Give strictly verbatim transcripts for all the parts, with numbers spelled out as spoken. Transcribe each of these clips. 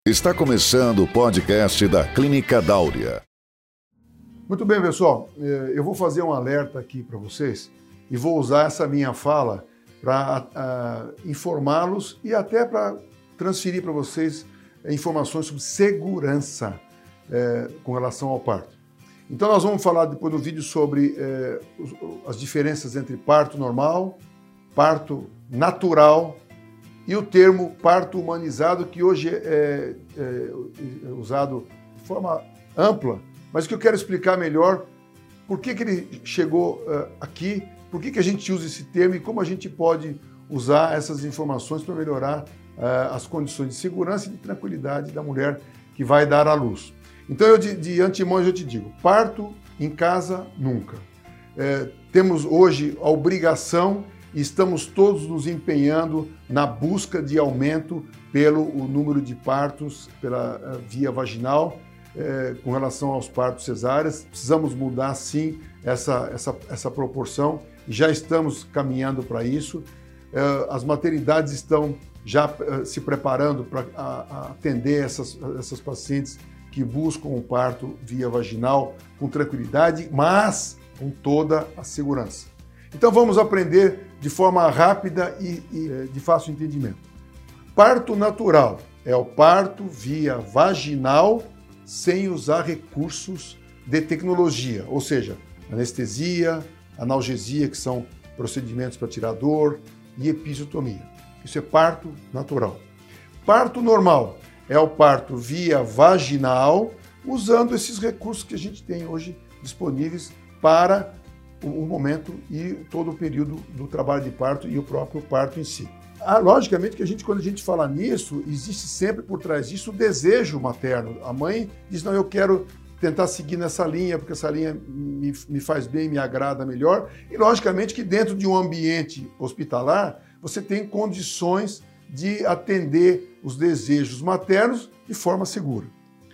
Está começando o podcast da Clínica Dáurea. Muito bem, pessoal. Eu vou fazer um alerta aqui para vocês e vou usar essa minha fala para uh, informá-los e até para transferir para vocês informações sobre segurança uh, com relação ao parto. Então nós vamos falar depois no vídeo sobre uh, as diferenças entre parto normal, parto natural e o termo parto humanizado, que hoje é, é, é usado de forma ampla, mas que eu quero explicar melhor por que, que ele chegou uh, aqui, por que, que a gente usa esse termo e como a gente pode usar essas informações para melhorar uh, as condições de segurança e de tranquilidade da mulher que vai dar à luz. Então, eu de, de antemão eu te digo, parto em casa nunca. É, temos hoje a obrigação e estamos todos nos empenhando na busca de aumento pelo o número de partos pela uh, via vaginal, eh, com relação aos partos cesáreas. Precisamos mudar, sim, essa, essa, essa proporção e já estamos caminhando para isso. Eh, as maternidades estão já uh, se preparando para atender essas, essas pacientes que buscam um parto via vaginal com tranquilidade, mas com toda a segurança. Então vamos aprender de forma rápida e, e de fácil entendimento. Parto natural é o parto via vaginal sem usar recursos de tecnologia, ou seja, anestesia, analgesia, que são procedimentos para tirar dor, e episiotomia. Isso é parto natural. Parto normal é o parto via vaginal, usando esses recursos que a gente tem hoje disponíveis para o momento e todo o período do trabalho de parto e o próprio parto em si. Ah, logicamente que a gente, quando a gente fala nisso, existe sempre por trás disso o desejo materno. A mãe diz, não, eu quero tentar seguir nessa linha, porque essa linha me, me faz bem, me agrada melhor. E logicamente que dentro de um ambiente hospitalar, você tem condições de atender os desejos maternos de forma segura.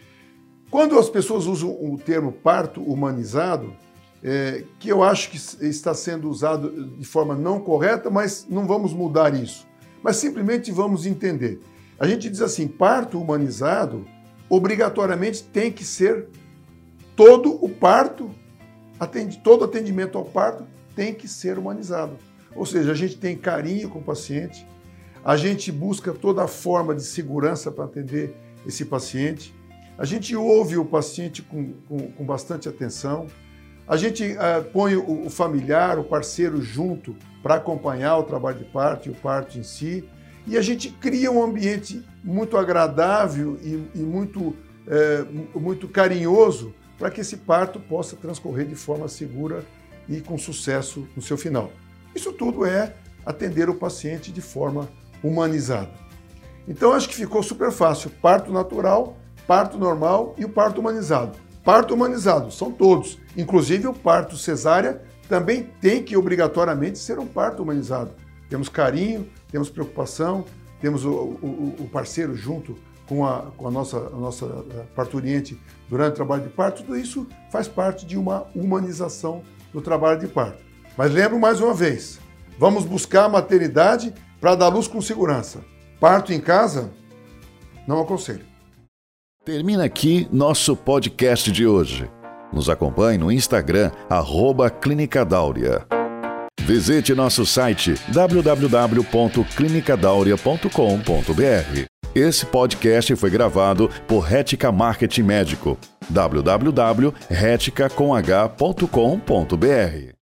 Quando as pessoas usam o termo parto humanizado, É, que eu acho que está sendo usado de forma não correta, mas não vamos mudar isso. Mas simplesmente vamos entender. A gente diz assim, parto humanizado, obrigatoriamente tem que ser todo o parto, atende, todo atendimento ao parto tem que ser humanizado. Ou seja, a gente tem carinho com o paciente, a gente busca toda a forma de segurança para atender esse paciente, a gente ouve o paciente com, com, com bastante atenção, a gente uh, põe o, o familiar, o parceiro junto para acompanhar o trabalho de parto e o parto em si. E a gente cria um ambiente muito agradável e, e muito, uh, muito carinhoso para que esse parto possa transcorrer de forma segura e com sucesso no seu final. Isso tudo é atender o paciente de forma humanizada. Então, acho que ficou super fácil. Parto natural, parto normal e o parto humanizado. Parto humanizado, são todos. Inclusive o parto cesárea também tem que obrigatoriamente ser um parto humanizado. Temos carinho, temos preocupação, temos o, o, o parceiro junto com, a, com a, nossa, a nossa parturiente durante o trabalho de parto. Tudo isso faz parte de uma humanização do trabalho de parto. Mas lembro mais uma vez, vamos buscar a maternidade para dar luz com segurança. Parto em casa, não aconselho. Termina aqui nosso podcast de hoje. Nos acompanhe no Instagram, arroba Clínica Dáurea. Visite nosso site w w w ponto clinica dáurea ponto com ponto b r. Esse podcast foi gravado por Retica Marketing Médico. w w w ponto retica com h ponto com ponto b r